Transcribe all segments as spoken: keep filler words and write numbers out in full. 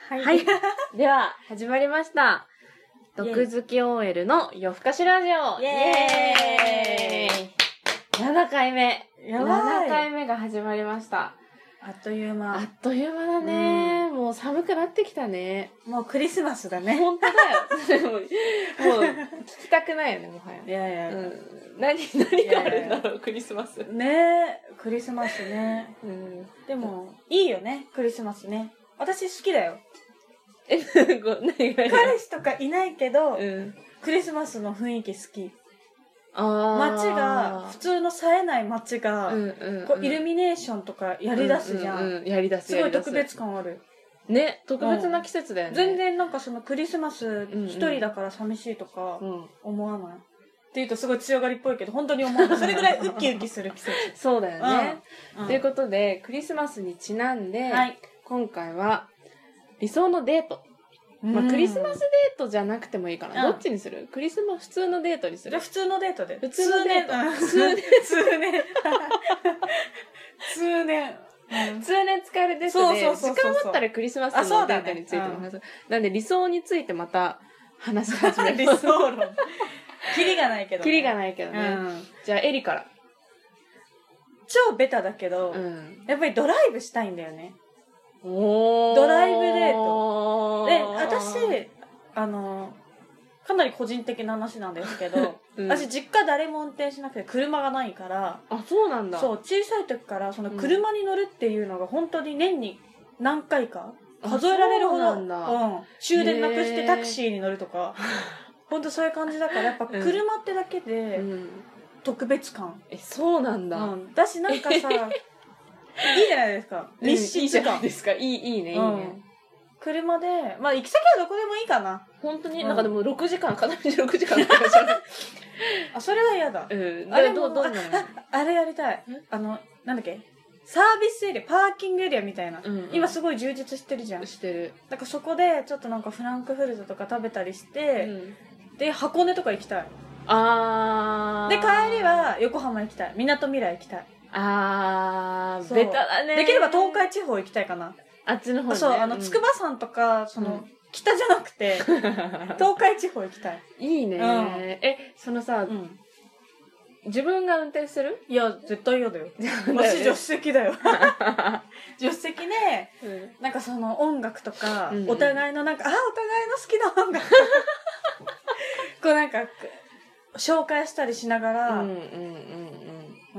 はい、はい、では始まりました毒好き オーエル の夜更かしラジオ。イエーイ。ななかいめ、やばい、ななかいめが始まりました。 あっという間。 あっという間だね、うん、もう寒くなってきたね。 もうクリスマスだね。 本当だよ。もう聞きたくないよね、もはや。 いやいや、 うん、何何があるんだろう、いやいやクリスマスねえ、クリスマスね、うん、でもいいよね、クリスマスね。私好きだよ。 え、何が彼氏とかいないけど、 うん、 クリスマスの雰囲気好き。 あ街が普通の冴えない街が、うんうんうん、こうイルミネーションとかやりだすじゃん、うんうんうん、 やりだす。 すごい特別感あるね。特別な季節だよね、うん、 全然なんかそのクリスマス一人だから寂しいとか思わない、うんうん、っていうとすごい強がりっぽいけど本当に思わない。それぐらいウキウキする季節。 そうだよね、うんうん、ということでクリスマスにちなんで、はい、今回は理想のデート、まあ、クリスマスデートじゃなくてもいいかな、うん、どっちにする？クリスマス普通のデートにする？ じゃあ普通のデートで。 普通のデート。 通年通年通年うん、通年使えるデートで時間あったらクリスマスのデートについても話す、ね、うん、なんで理想についてまた話し始める。 理想論キリがないけどね。 キリがないけどね、うん、じゃあエリから。 超ベタだけど、うん、やっぱりドライブしたいんだよね。 おドライブデートで、私あのかなり個人的な話なんですけど、うん、私実家誰も運転しなくて車がないから。 あ、そうなんだ。 そう、小さい時からその車に乗るっていうのが本当に年に何回か数えられるほど、うん、終電なくしてタクシーに乗るとか本当そういう感じだから、やっぱ車ってだけで特別感、うん、 え、そうなんだ、 うん、だしなんかさいいじゃないですか、密室感、 いいじゃないですか。いい、いいね、いいね、うん、車で、まあ行き先はどこでもいいかな。 本当に、うん、なんかでもろくじかん、片道ろくじかんとかじゃない。 あ、それは嫌だ。 うん。あれどう、どうなの？ あれやりたい。あの、なんだっけ？サービスエリア、パーキングエリアみたいな。うんうん、今すごい充実してるじゃん。 してる。 だからそこで、ちょっとなんかフランクフルトとか食べたりして、うん、で、箱根とか行きたい。 あー。 で、帰りは横浜行きたい。港未来行きたい。 あー、ベタだね。 できれば東海地方行きたいかな。 あっちの方ね。 そう、あの、筑波山とか、その、うん、北じゃなくて、東海地方行きたい。 いいね、うん、え、そのさ、うん、自分が運転する？ いや、絶対嫌だよ。私助手席だよ。助手席で、うん、なんかその音楽とか、うんうん、お互いのなんか、あ、お互いの好きな音楽。こうなんか、紹介したりしながら、うんうんうんうん。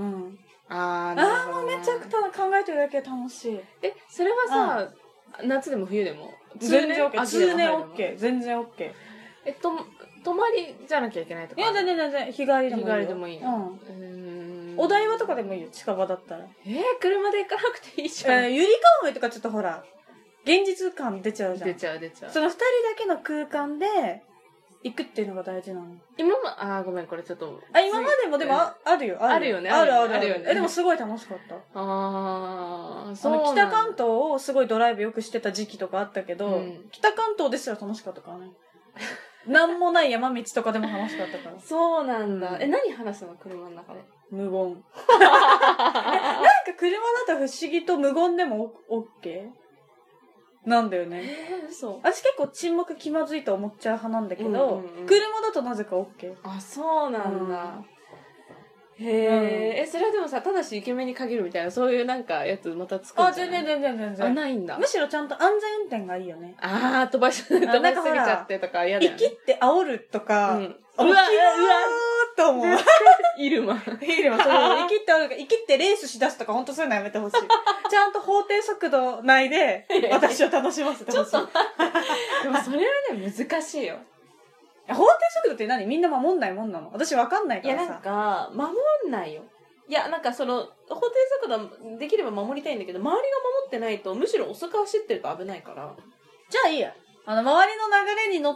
うん。 あー、なるほど、 あー、めちゃくちゃ考えてるだけで楽しい。 え、それはさ、夏でも冬でも？ 全然 OK。通年 OK。全然 OK。 えっと、泊まりじゃなきゃいけないとか？ いや、全然全然。日帰りでもいいよ。 日帰りでもいいの？うん。うーん。お台場とかでもいいよ、近場だったら。 えー、車で行かなくていいじゃん。 えー、ゆりかもめとかちょっとほら、現実感出ちゃうじゃん。 出ちゃう出ちゃう。 その二人だけの空間で、行くっていうのが大事なの。 今ま、あー、ごめん、これちょっと。 あ、今までもでも あ, あるよ、 あるよね。 あるあるあるよね。 え、でもすごい楽しかった。 あー、 そう。北関東をすごいドライブよくしてた時期とかあったけど、うん、北関東ですら楽しかったからね。なんもない山道とかでも楽しかったから。 そうなんだ。え、何話すの？車の中で。 無言。なんか車だと不思議と無言でも OK？なんだよね。 えー、嘘。 私結構沈黙気まずいと思っちゃう派なんだけど、うんうんうん、車だとなぜか OK。 あ、そうなんだ。うん、へえ、うん、え、それはでもさ、ただしイケメンに限るみたいな、そういうなんかやつまた作るんじゃない？ あ、全然全然全然。 あ、ないんだ。 むしろちゃんと安全運転がいいよね。 あー、飛ばし、飛ばしすぎちゃってとか嫌だよね。 生きって煽るとか、うん、うわ、うわ、 と思う。 いるま。 いるま。そう、生きって煽るか、生きってレースしだすとか、ほんとそういうのやめてほしい。ちゃんと法定速度内で、私を楽しませてほしい。ちょっとでもそれはね、難しいよ。 法定速度って何？みんな守んないもんなの？私わかんないからさ。 いや、なんか、守んないよ。いや、なんかその、法定速度できれば守りたいんだけど、周りが守ってないと、むしろ遅く走ってると危ないから。 じゃあいいや。あの、周りの流れに乗って、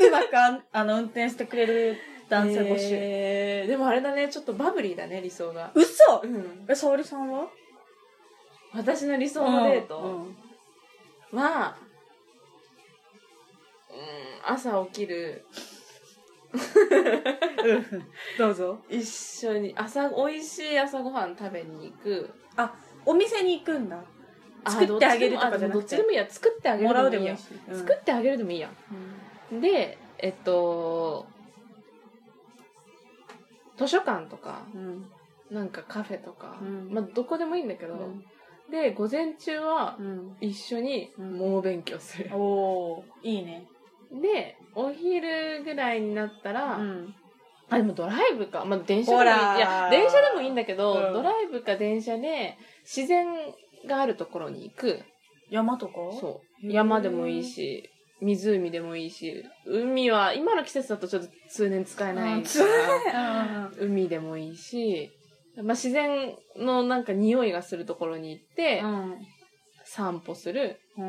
うまくああの、運転してくれる男性募集。 えー、でもあれだね、ちょっとバブリーだね、理想が。 嘘！ うん。 え、沙織さんは？ 私の理想のデート、うんうん、は、うん、朝起きる。 うん、どうぞ。 一緒に朝美味しい朝ごはん食べに行く。 あ、お店に行くんだ。 作ってあげるとかじゃなくて。 どっちでもいいや。作ってあげるでもいいや。 もらうでもいいし。 うん、作ってあげるでもいいや。うん、で、えっと、図書館とか、うん、なんかカフェとか、うん、まあどこでもいいんだけど、うん、で、午前中は一緒に桃勉強する。 うん、おー、いいね。 で、お昼ぐらいになったら、うん、あ、でもドライブか。まあ電車でもいい。いや、電車でもいいんだけど、うん、ドライブか電車で自然があるところに行く。 山とか？ そう。山でもいいし、湖でもいいし、海は、今の季節だとちょっと通年使えないから、海でもいいし、まあ自然のなんか匂いがするところに行って、うん、散歩する。うん、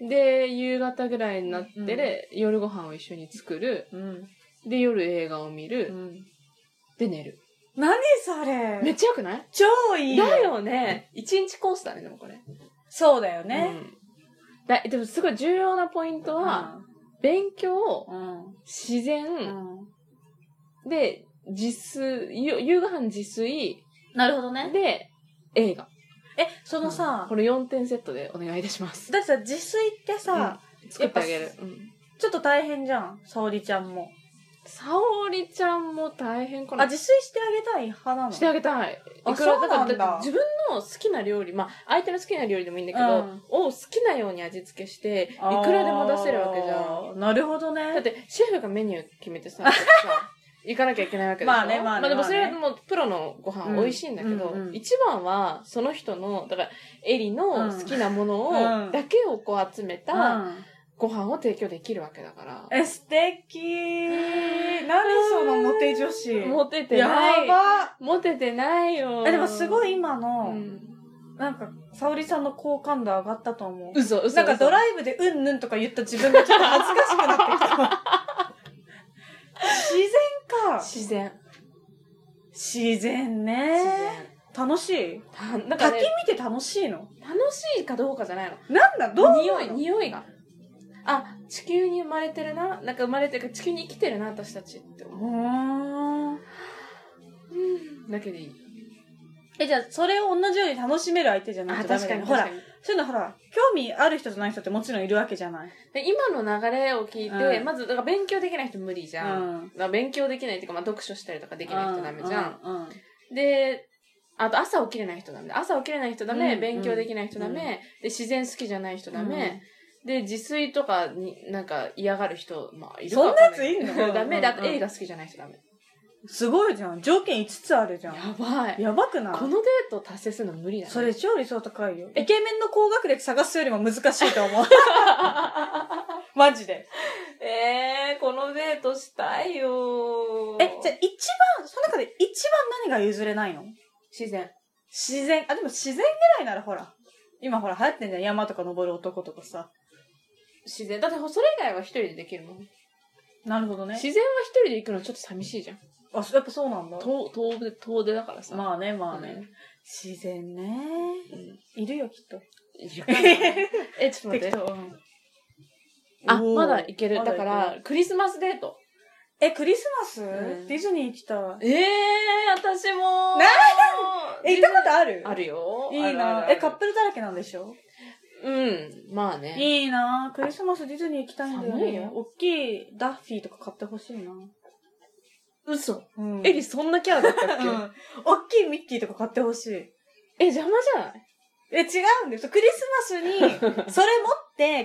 で、夕方ぐらいになってで、うん、夜ご飯を一緒に作る。うん、で、夜映画を見る。うん、で、寝る。 何それ？ めっちゃよくない？ 超いい。 だよね。一日コースだね、でもこれ。 そうだよね。 うん、だでもすごい重要なポイントは、うん、勉強、うん、自然、うん、で、自炊、夕ご飯自炊。 なるほどね。 で、映画。 え、そのさ、 うん、これよんてんセットでお願いいたします。 だってさ、自炊ってさ、 うん、作ってあげる。 うん、ちょっと大変じゃん、沙織ちゃんも。 沙織ちゃんも大変かな。 あ、自炊してあげたい派なの？ してあげたい。 あ、そうなんだ。 だ自分の好きな料理、まあ、相手の好きな料理でもいいんだけど、うん、を好きなように味付けして、いくらでも出せるわけじゃん。 なるほどね。 だって、シェフがメニュー決めてさ、行かなきゃいけないわけでしょ。 まあね、まあね。 まあでもそれはもうプロのご飯美味しいんだけど、うんうん、一番はその人の、だから、エリの好きなものを、だけをこう集めた、うんご飯を提供できるわけだから。 え、素敵ー。何そのモテ女子。 モテてない。やばモテてないよ。 え、でもすごい今の、うん、なんか、沙織さんの好感度上がったと思う。 嘘、嘘。 なんかドライブでうんぬんとか言った自分がちょっと恥ずかしくなってきた。自然か。 自然。 自然ね。自然。楽しい？たなんか、ね、滝見て楽しいの？ 楽しいかどうかじゃないの。 なんだ、どう匂い、匂いが。あ、地球に生まれてるな。なんか生まれてる地球に生きてるな、私たちって思う。うーん。だけでいい。 え、じゃあ、それを同じように楽しめる相手じゃないとダメだよね。ほら、そういうのほら、興味ある人じゃない人ってもちろんいるわけじゃない。 で今の流れを聞いて、うん、まず、だから勉強できない人無理じゃん。うん、だから勉強できないっていうか、まあ、読書したりとかできない人ダメじゃん。うんうんうん、で、あと朝起きれない人ダメ。朝起きれない人ダメ、うん、勉強できない人ダメ、うん、で、自然好きじゃない人ダメ、うん、で、自炊とかになんか嫌がる人、まあ、いるかも。そんなやついんの？ ダメだ。あと映画好きじゃない人ダメ。 すごいじゃん。条件いつつあるじゃん。 やばい。 やばくない？ このデート達成するの無理だね。 それ超理想高いよ。イケメンの高学歴探すよりも難しいと思う。マジで。 えー、このデートしたいよー。え、じゃあ一番、その中で一番何が譲れないの？ 自然。 自然。あ、でも自然ぐらいならほら。今ほら流行ってんじゃん。山とか登る男とかさ。 自然。だってそれ以外は一人でできるもん。 なるほどね。 自然は一人で行くのちょっと寂しいじゃん。 あ、やっぱそうなんだ。 遠、遠出、遠出だからさ。 まあね、まあね。うん、自然ね、うん。いるよ、きっと。 いるかなえ、ちょっと待って。あ、まだいける。だから、クリスマスデート。 え、クリスマス、うん、ディズニー行きたい。 ええー、私も。 なーえ、行ったことある？ あるよ。 いいな。え、カップルだらけなんでしょ？ うん。まあね。 いいな。クリスマスディズニー行きたいんだよね。大きいダッフィーとか買ってほしいな。 嘘。うん、エリそんなキャラだったっけ？うん。 大きいミッキーとか買ってほしい。 え、邪魔じゃない？ え、違うんだよ。クリスマスに、それ持って、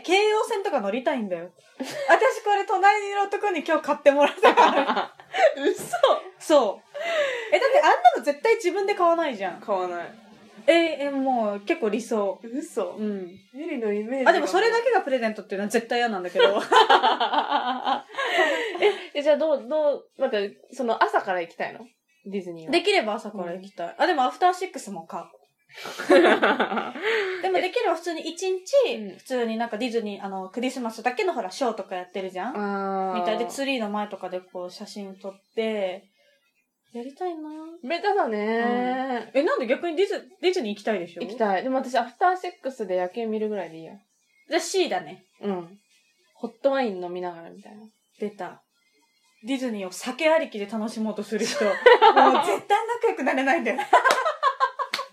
京葉線とか乗りたいんだよ。私これ隣にいる男に今日買ってもらったから。 嘘。 そう。え、だってあんなの絶対自分で買わないじゃん。 買わない。 え、え、もう結構理想。 嘘。 うん。 エリのイメージ。 あ、でもそれだけがプレゼントっていうのは絶対嫌なんだけど。 え、じゃあどう、どう、待って、その朝から行きたいの？ディズニーは。 できれば朝から行きたい。うん、あ、でもアフターシックスも買う。でもできれば普通に一日、普通になんかディズニー、あの、クリスマスだけのほら、ショーとかやってるじゃんみたいで、ツリーの前とかでこう、写真撮って、やりたいなベタだね、 うん、え、なんで逆にディズ、ディズニー行きたいでしょ？ 行きたい。でも私、アフターシックスで夜景見るぐらいでいいや。 じゃあ C だね。 うん。ホットワイン飲みながらみたいな。 出た。ディズニーを酒ありきで楽しもうとする人。もう絶対仲良くなれないんだよね。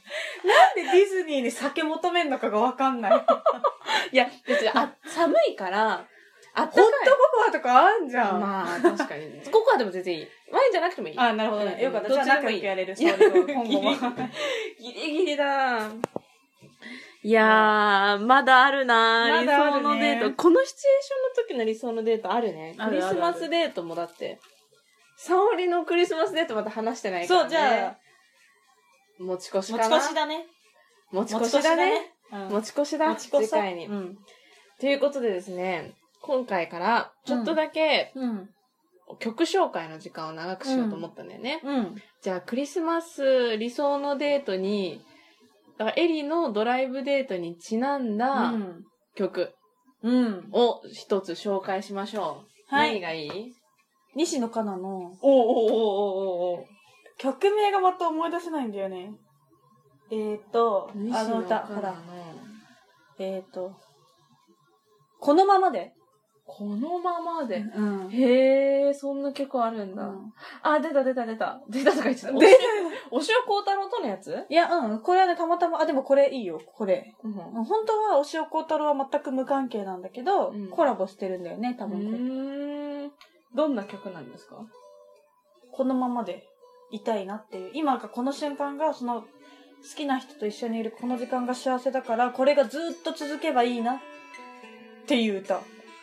でディズニーに酒求めんのかがわかんない。 いや、別にあ寒いから、 あったかい。ホットココアとかあんじゃん。 まあ、確かに。ココアでも全然いい。ワインじゃなくてもいい。 あ、なるほどね。よかった。じゃあ仲良くやれる。そういう今後も。 ギリギリだ。いやー、まだあるなー、理想のデート。このシチュエーションの時の理想のデートあるね。クリスマスデートもだって。沙織のクリスマスデートまた話してないからね。そう、じゃあ。持ち越しかな。 持ち越しだね。 持ち越しだね。持ち越しだ。次回に。ということでですね、今回からちょっとだけ、曲紹介の時間を長くしようと思ったんだよね。じゃあ、クリスマス理想のデートに、だからエリのドライブデートにちなんだ曲を一つ紹介しましょう。はい。何がいい？ 西野カナの、おーおーおーおーおー曲名がまた思い出せないんだよね。えーと、あの歌、ほら。えーと、このままで。 このままで。うん、へー、そんな曲あるんだ。うん、あ、出た出た出た。出たとか言ってた。出た。お塩幸太郎とのやつ？ いや、うん。これはね、たまたま、あ、でもこれいいよ、これ。うん、本当はお塩幸太郎は全く無関係なんだけど、うん、コラボしてるんだよね、多分。うーん。どんな曲なんですか？ このままでいたいなっていう。今がこの瞬間が、その、好きな人と一緒にいるこの時間が幸せだから、これがずっと続けばいいなっていう歌。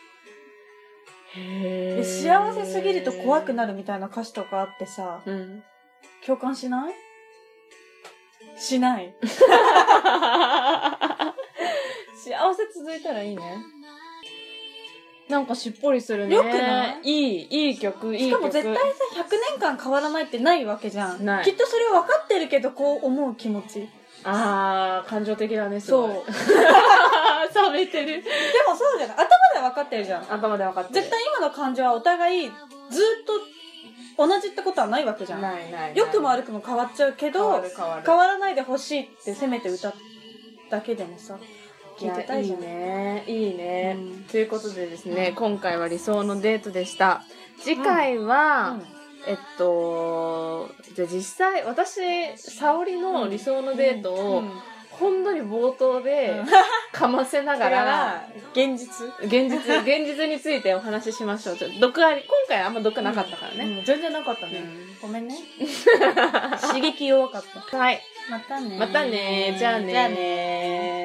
へで幸せすぎると怖くなるみたいな歌詞とかあってさ、うん、共感しない？しない。 幸せ続いたらいいね。なんかしっぽりするね。 よくない？ いい、いい曲、いい曲。 しかも絶対さ、ひゃくねんかん変わらないってないわけじゃん。ない。きっとそれは分かってるけど、こう思う気持ち。 あー、感情的だね、すごい。そう。冷めてる。でもそうじゃない。頭では分かってるじゃん。 頭で分かってる。 絶対今の感情はお互いずっと同じってことはないわけじゃん。 ないないない。 良くも悪くも変わっちゃうけど、変わる変わる。変わらないでほしいってせめて歌だけでもさ、聞いてたいじゃん。 いいね。いいね、うん。ということでですね、うん、今回は理想のデートでした。次回は、うんうん、えっと、じゃあ実際、私、沙織の理想のデートを、うんうん、ほんのり冒頭でかませながら、 現実現実、現実についてお話ししましょう。ちょっと毒あり、今回あんま毒なかったからね。 うんうん、全然なかったね。うん、ごめんね。刺激弱かった。 はい。 またね。 またね。じゃあね。じゃあね。